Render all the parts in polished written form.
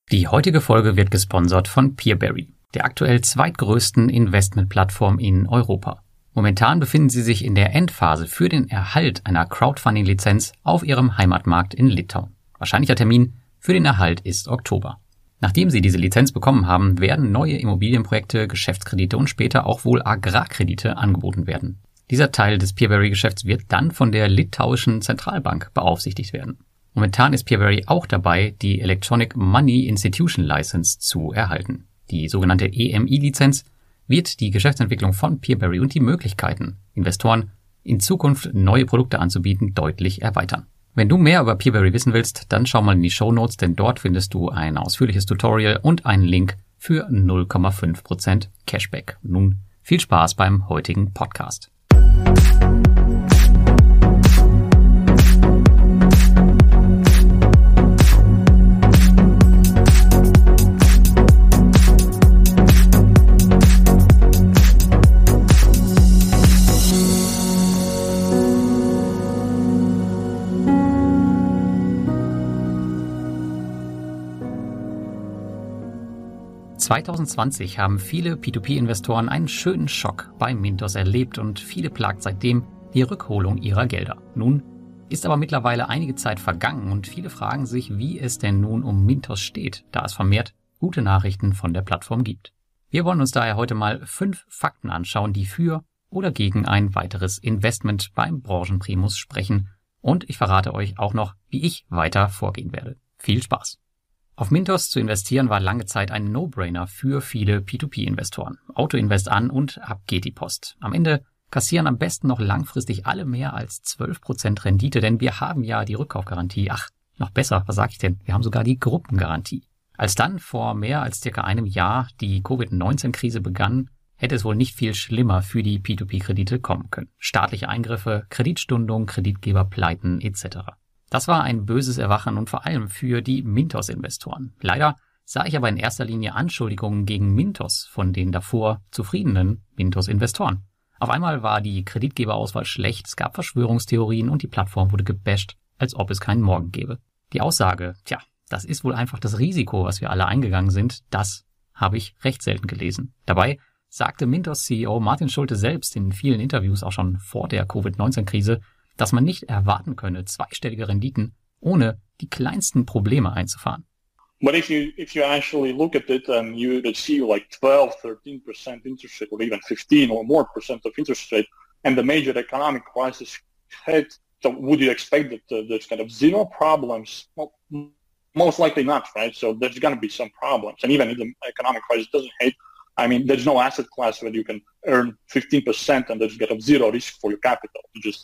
Die heutige Folge wird gesponsert von Peerberry, der aktuell zweitgrößten Investmentplattform in Europa. Momentan befinden sie sich in der Endphase für den Erhalt einer Crowdfunding-Lizenz auf ihrem Heimatmarkt in Litauen. Wahrscheinlicher Termin für den Erhalt ist Oktober. Nachdem sie diese Lizenz bekommen haben, werden neue Immobilienprojekte, Geschäftskredite und später auch wohl Agrarkredite angeboten werden. Dieser Teil des Peerberry-Geschäfts wird dann von der litauischen Zentralbank beaufsichtigt werden. Momentan ist Peerberry auch dabei, die Electronic Money Institution License zu erhalten. Die sogenannte EMI-Lizenz wird die Geschäftsentwicklung von Peerberry und die Möglichkeiten, Investoren in Zukunft neue Produkte anzubieten, deutlich erweitern. Wenn du mehr über Peerberry wissen willst, dann schau mal in die Shownotes, denn dort findest du ein ausführliches Tutorial und einen Link für 0,5% Cashback. Nun viel Spaß beim heutigen Podcast. 2020 haben viele P2P-Investoren einen schönen Schock bei Mintos erlebt und viele plagt seitdem die Rückholung ihrer Gelder. Nun ist aber mittlerweile einige Zeit vergangen und viele fragen sich, wie es denn nun um Mintos steht, da es vermehrt gute Nachrichten von der Plattform gibt. Wir wollen uns daher heute mal 5 Fakten anschauen, die für oder gegen ein weiteres Investment beim Branchenprimus sprechen, und ich verrate euch auch noch, wie ich weiter vorgehen werde. Viel Spaß! Auf Mintos zu investieren war lange Zeit ein No-Brainer für viele P2P-Investoren. Autoinvest an und ab geht die Post. Am Ende kassieren am besten noch langfristig alle mehr als 12% Rendite, denn wir haben ja die Rückkaufgarantie. Ach, noch besser, was sag ich denn? Wir haben sogar die Gruppengarantie. Als dann vor mehr als circa einem Jahr die Covid-19-Krise begann, hätte es wohl nicht viel schlimmer für die P2P-Kredite kommen können. Staatliche Eingriffe, Kreditstundung, Kreditgeberpleiten etc. Das war ein böses Erwachen und vor allem für die Mintos-Investoren. Leider sah ich aber in erster Linie Anschuldigungen gegen Mintos von den davor zufriedenen Mintos-Investoren. Auf einmal war die Kreditgeberauswahl schlecht, es gab Verschwörungstheorien und die Plattform wurde gebasht, als ob es keinen Morgen gäbe. Die Aussage, das ist wohl einfach das Risiko, was wir alle eingegangen sind, das habe ich recht selten gelesen. Dabei sagte Mintos-CEO Martin Schulte selbst in vielen Interviews auch schon vor der Covid-19-Krise, dass man nicht erwarten könne, zweistellige Renditen ohne die kleinsten Probleme einzufahren. But if you actually look at it and you would see like 12-13% interest rate or even 15 or more percent of interest rate and the major economic crisis hit, so would you expect that there's kind of zero problems? Well, most likely not, right? So there's going to be some problems. And even if the economic crisis doesn't hit, I mean, there's no asset class where you can earn 15% and there's kind of zero risk for your capital.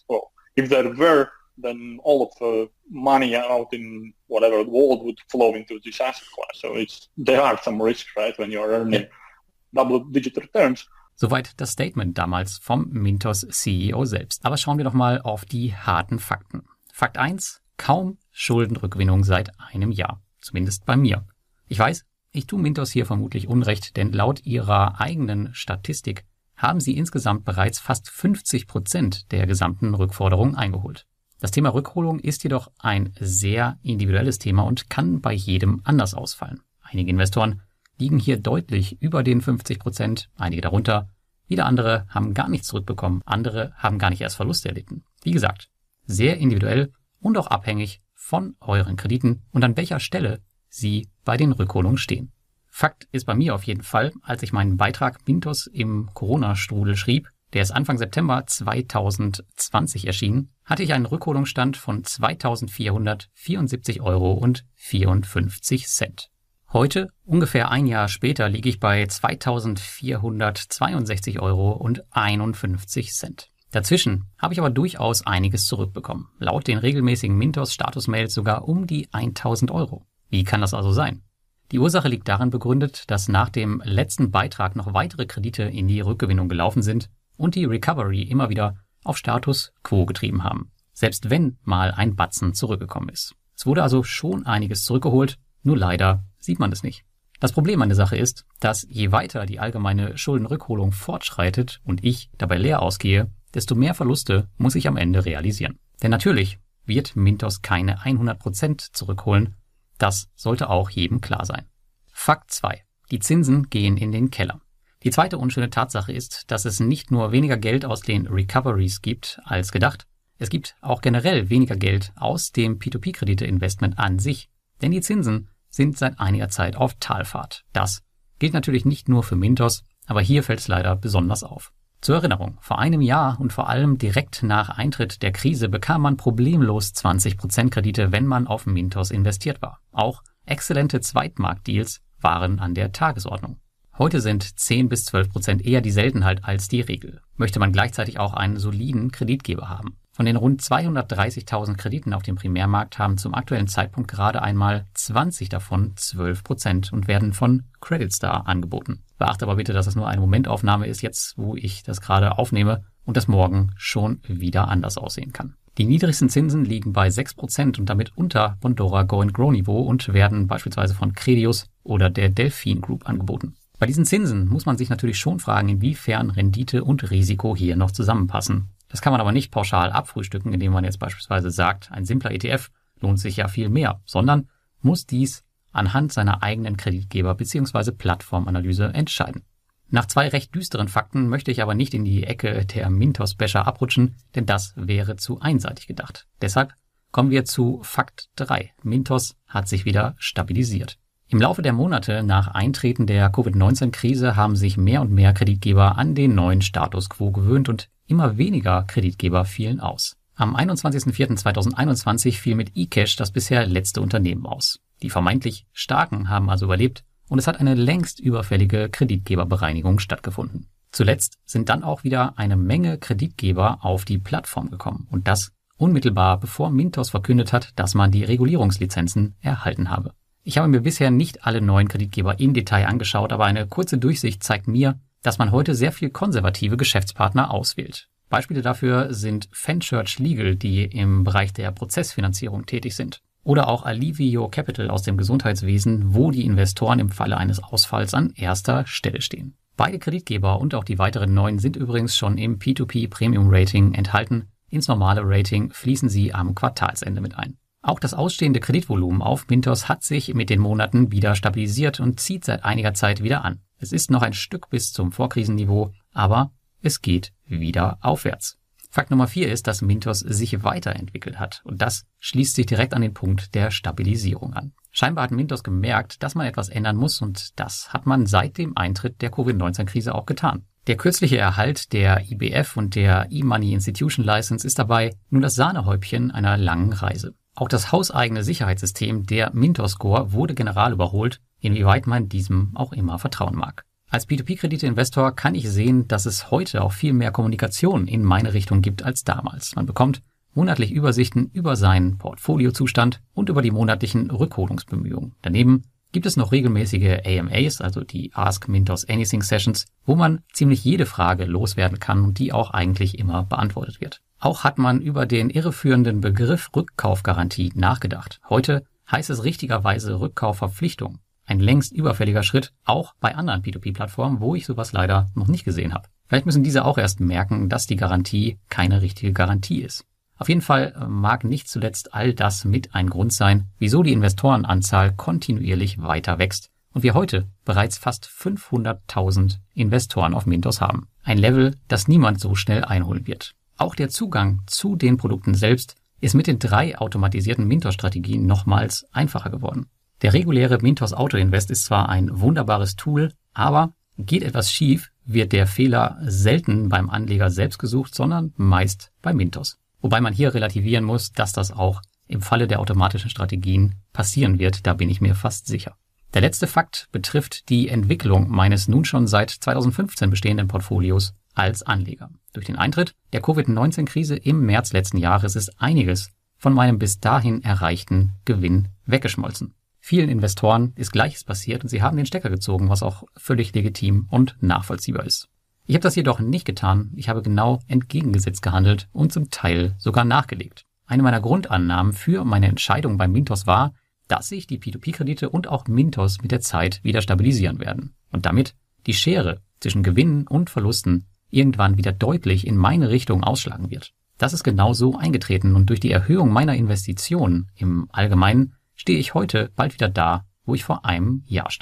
If there were, then all of the money out in whatever world would flow into this asset class. So there are some risks, right, when you're earning double-digit returns. Soweit das Statement damals vom Mintos CEO selbst. Aber schauen wir doch mal auf die harten Fakten. Fakt 1, kaum Schuldenrückgewinnung seit einem Jahr. Zumindest bei mir. Ich weiß, ich tue Mintos hier vermutlich Unrecht, denn laut ihrer eigenen Statistik haben sie insgesamt bereits fast 50% der gesamten Rückforderungen eingeholt. Das Thema Rückholung ist jedoch ein sehr individuelles Thema und kann bei jedem anders ausfallen. Einige Investoren liegen hier deutlich über den 50%, einige darunter. Wieder andere haben gar nichts zurückbekommen, andere haben gar nicht erst Verluste erlitten. Wie gesagt, sehr individuell und auch abhängig von euren Krediten und an welcher Stelle sie bei den Rückholungen stehen. Fakt ist bei mir auf jeden Fall, als ich meinen Beitrag Mintos im Corona-Strudel schrieb, der ist Anfang September 2020 erschienen, hatte ich einen Rückholungsstand von 2.474,54 €. Heute, ungefähr ein Jahr später, liege ich bei 2.462,51 €. Dazwischen habe ich aber durchaus einiges zurückbekommen. Laut den regelmäßigen Mintos-Status-Mails sogar um die 1.000 €. Wie kann das also sein? Die Ursache liegt darin begründet, dass nach dem letzten Beitrag noch weitere Kredite in die Rückgewinnung gelaufen sind und die Recovery immer wieder auf Status Quo getrieben haben, selbst wenn mal ein Batzen zurückgekommen ist. Es wurde also schon einiges zurückgeholt, nur leider sieht man es nicht. Das Problem an der Sache ist, dass je weiter die allgemeine Schuldenrückholung fortschreitet und ich dabei leer ausgehe, desto mehr Verluste muss ich am Ende realisieren. Denn natürlich wird Mintos keine 100% zurückholen. Das sollte auch jedem klar sein. Fakt 2. Die Zinsen gehen in den Keller. Die zweite unschöne Tatsache ist, dass es nicht nur weniger Geld aus den Recoveries gibt als gedacht, es gibt auch generell weniger Geld aus dem P2P-Kredite-Investment an sich, denn die Zinsen sind seit einiger Zeit auf Talfahrt. Das gilt natürlich nicht nur für Mintos, aber hier fällt es leider besonders auf. Zur Erinnerung, vor einem Jahr und vor allem direkt nach Eintritt der Krise bekam man problemlos 20% Kredite, wenn man auf Mintos investiert war. Auch exzellente Zweitmarktdeals waren an der Tagesordnung. Heute sind 10-12% eher die Seltenheit als die Regel. Möchte man gleichzeitig auch einen soliden Kreditgeber haben. Von den rund 230.000 Krediten auf dem Primärmarkt haben zum aktuellen Zeitpunkt gerade einmal 20 davon 12% und werden von Creditstar angeboten. Beachte aber bitte, dass es nur eine Momentaufnahme ist, jetzt wo ich das gerade aufnehme und das morgen schon wieder anders aussehen kann. Die niedrigsten Zinsen liegen bei 6% und damit unter Bondora Go & Grow Niveau und werden beispielsweise von Credius oder der Delfin Group angeboten. Bei diesen Zinsen muss man sich natürlich schon fragen, inwiefern Rendite und Risiko hier noch zusammenpassen. Das kann man aber nicht pauschal abfrühstücken, indem man jetzt beispielsweise sagt, ein simpler ETF lohnt sich ja viel mehr, sondern muss dies anhand seiner eigenen Kreditgeber- bzw. Plattformanalyse entscheiden. Nach 2 recht düsteren Fakten möchte ich aber nicht in die Ecke der Mintos-Basher abrutschen, denn das wäre zu einseitig gedacht. Deshalb kommen wir zu Fakt 3. Mintos hat sich wieder stabilisiert. Im Laufe der Monate nach Eintreten der Covid-19-Krise haben sich mehr und mehr Kreditgeber an den neuen Status quo gewöhnt und immer weniger Kreditgeber fielen aus. Am 21.04.2021 fiel mit eCash das bisher letzte Unternehmen aus. Die vermeintlich Starken haben also überlebt und es hat eine längst überfällige Kreditgeberbereinigung stattgefunden. Zuletzt sind dann auch wieder eine Menge Kreditgeber auf die Plattform gekommen und das unmittelbar bevor Mintos verkündet hat, dass man die Regulierungslizenzen erhalten habe. Ich habe mir bisher nicht alle neuen Kreditgeber im Detail angeschaut, aber eine kurze Durchsicht zeigt mir, dass man heute sehr viel konservative Geschäftspartner auswählt. Beispiele dafür sind Fenchurch Legal, die im Bereich der Prozessfinanzierung tätig sind. Oder auch Alivio Capital aus dem Gesundheitswesen, wo die Investoren im Falle eines Ausfalls an erster Stelle stehen. Beide Kreditgeber und auch die weiteren neuen sind übrigens schon im P2P Premium Rating enthalten. Ins normale Rating fließen sie am Quartalsende mit ein. Auch das ausstehende Kreditvolumen auf Mintos hat sich mit den Monaten wieder stabilisiert und zieht seit einiger Zeit wieder an. Es ist noch ein Stück bis zum Vorkrisenniveau, aber es geht wieder aufwärts. Fakt Nummer 4 ist, dass Mintos sich weiterentwickelt hat und das schließt sich direkt an den Punkt der Stabilisierung an. Scheinbar hat Mintos gemerkt, dass man etwas ändern muss und das hat man seit dem Eintritt der Covid-19-Krise auch getan. Der kürzliche Erhalt der IBF und der E-Money Institution License ist dabei nur das Sahnehäubchen einer langen Reise. Auch das hauseigene Sicherheitssystem der Mintos Score wurde general überholt, inwieweit man diesem auch immer vertrauen mag. Als P2P-Kredite-Investor kann ich sehen, dass es heute auch viel mehr Kommunikation in meine Richtung gibt als damals. Man bekommt monatlich Übersichten über seinen Portfoliozustand und über die monatlichen Rückholungsbemühungen. Daneben gibt es noch regelmäßige AMAs, also die Ask Mintos Anything Sessions, wo man ziemlich jede Frage loswerden kann und die auch eigentlich immer beantwortet wird. Auch hat man über den irreführenden Begriff Rückkaufgarantie nachgedacht. Heute heißt es richtigerweise Rückkaufverpflichtung. Ein längst überfälliger Schritt, auch bei anderen P2P-Plattformen, wo ich sowas leider noch nicht gesehen habe. Vielleicht müssen diese auch erst merken, dass die Garantie keine richtige Garantie ist. Auf jeden Fall mag nicht zuletzt all das mit ein Grund sein, wieso die Investorenanzahl kontinuierlich weiter wächst und wir heute bereits fast 500.000 Investoren auf Mintos haben. Ein Level, das niemand so schnell einholen wird. Auch der Zugang zu den Produkten selbst ist mit den 3 automatisierten Mintos-Strategien nochmals einfacher geworden. Der reguläre Mintos Auto Invest ist zwar ein wunderbares Tool, aber geht etwas schief, wird der Fehler selten beim Anleger selbst gesucht, sondern meist bei Mintos. Wobei man hier relativieren muss, dass das auch im Falle der automatischen Strategien passieren wird, da bin ich mir fast sicher. Der letzte Fakt betrifft die Entwicklung meines nun schon seit 2015 bestehenden Portfolios als Anleger. Durch den Eintritt der Covid-19-Krise im März letzten Jahres ist einiges von meinem bis dahin erreichten Gewinn weggeschmolzen. Vielen Investoren ist Gleiches passiert und sie haben den Stecker gezogen, was auch völlig legitim und nachvollziehbar ist. Ich habe das jedoch nicht getan, ich habe genau entgegengesetzt gehandelt und zum Teil sogar nachgelegt. Eine meiner Grundannahmen für meine Entscheidung bei Mintos war, dass sich die P2P-Kredite und auch Mintos mit der Zeit wieder stabilisieren werden und damit die Schere zwischen Gewinnen und Verlusten irgendwann wieder deutlich in meine Richtung ausschlagen wird. Das ist genau so eingetreten und durch die Erhöhung meiner Investitionen im Allgemeinen stehe ich heute bald wieder da, wo ich vor einem Jahr stand.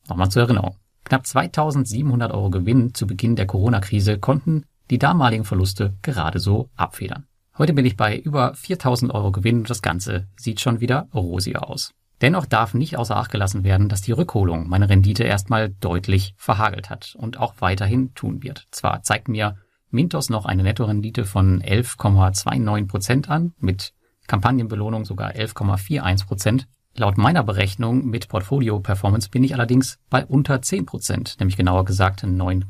Nochmal zur Erinnerung. Knapp 2.700 € Gewinn zu Beginn der Corona-Krise konnten die damaligen Verluste gerade so abfedern. Heute bin ich bei über 4.000 € Gewinn und das Ganze sieht schon wieder rosiger aus. Dennoch darf nicht außer Acht gelassen werden, dass die Rückholung meine Rendite erstmal deutlich verhagelt hat und auch weiterhin tun wird. Zwar zeigt mir Mintos noch eine Nettorendite von 11,29% an, mit Kampagnenbelohnung sogar 11,41%. Laut meiner Berechnung mit Portfolio-Performance bin ich allerdings bei unter 10%, nämlich genauer gesagt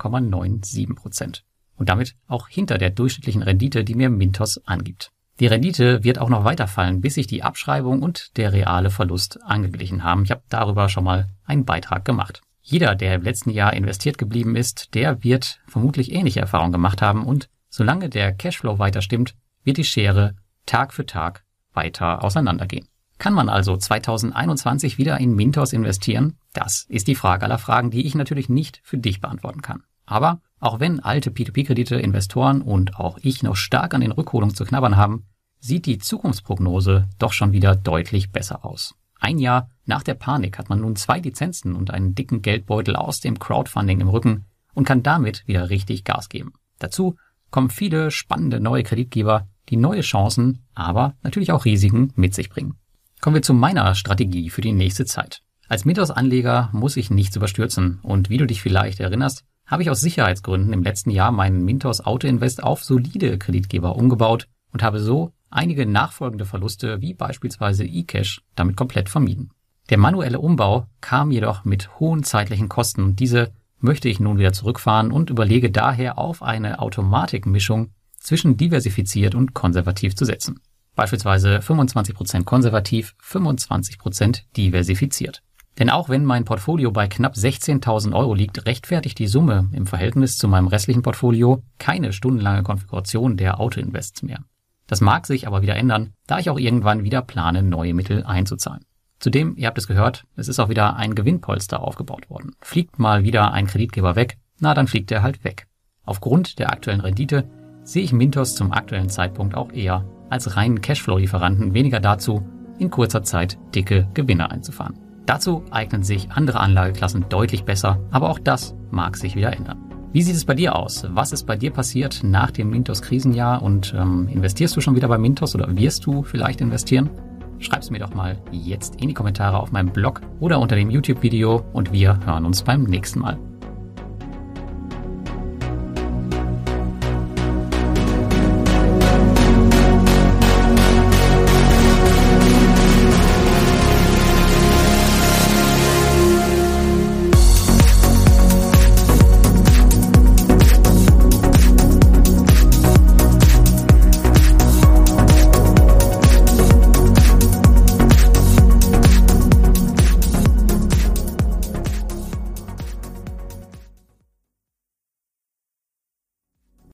9,97%. Und damit auch hinter der durchschnittlichen Rendite, die mir Mintos angibt. Die Rendite wird auch noch weiterfallen, bis sich die Abschreibung und der reale Verlust angeglichen haben. Ich habe darüber schon mal einen Beitrag gemacht. Jeder, der im letzten Jahr investiert geblieben ist, der wird vermutlich ähnliche Erfahrungen gemacht haben und solange der Cashflow weiter stimmt, wird die Schere Tag für Tag weiter auseinandergehen. Kann man also 2021 wieder in Mintos investieren? Das ist die Frage aller Fragen, die ich natürlich nicht für dich beantworten kann. Aber auch wenn alte P2P-Kredite, Investoren und auch ich noch stark an den Rückholungen zu knabbern haben, sieht die Zukunftsprognose doch schon wieder deutlich besser aus. Ein Jahr nach der Panik hat man nun 2 Lizenzen und einen dicken Geldbeutel aus dem Crowdfunding im Rücken und kann damit wieder richtig Gas geben. Dazu kommen viele spannende neue Kreditgeber, die neue Chancen, aber natürlich auch Risiken mit sich bringen. Kommen wir zu meiner Strategie für die nächste Zeit. Als Mintos-Anleger muss ich nichts überstürzen und wie du dich vielleicht erinnerst, habe ich aus Sicherheitsgründen im letzten Jahr meinen Mintos Auto Invest auf solide Kreditgeber umgebaut und habe so einige nachfolgende Verluste wie beispielsweise eCash damit komplett vermieden. Der manuelle Umbau kam jedoch mit hohen zeitlichen Kosten und diese möchte ich nun wieder zurückfahren und überlege daher auf eine Automatikmischung zwischen diversifiziert und konservativ zu setzen. Beispielsweise 25% konservativ, 25% diversifiziert. Denn auch wenn mein Portfolio bei knapp 16.000 € liegt, rechtfertigt die Summe im Verhältnis zu meinem restlichen Portfolio keine stundenlange Konfiguration der Auto-Invests mehr. Das mag sich aber wieder ändern, da ich auch irgendwann wieder plane, neue Mittel einzuzahlen. Zudem, ihr habt es gehört, es ist auch wieder ein Gewinnpolster aufgebaut worden. Fliegt mal wieder ein Kreditgeber weg, na dann fliegt er halt weg. Aufgrund der aktuellen Rendite sehe ich Mintos zum aktuellen Zeitpunkt auch eher als reinen Cashflow-Lieferanten, weniger dazu, in kurzer Zeit dicke Gewinne einzufahren. Dazu eignen sich andere Anlageklassen deutlich besser, aber auch das mag sich wieder ändern. Wie sieht es bei dir aus? Was ist bei dir passiert nach dem Mintos-Krisenjahr und investierst du schon wieder bei Mintos oder wirst du vielleicht investieren? Schreib's mir doch mal jetzt in die Kommentare auf meinem Blog oder unter dem YouTube-Video und wir hören uns beim nächsten Mal.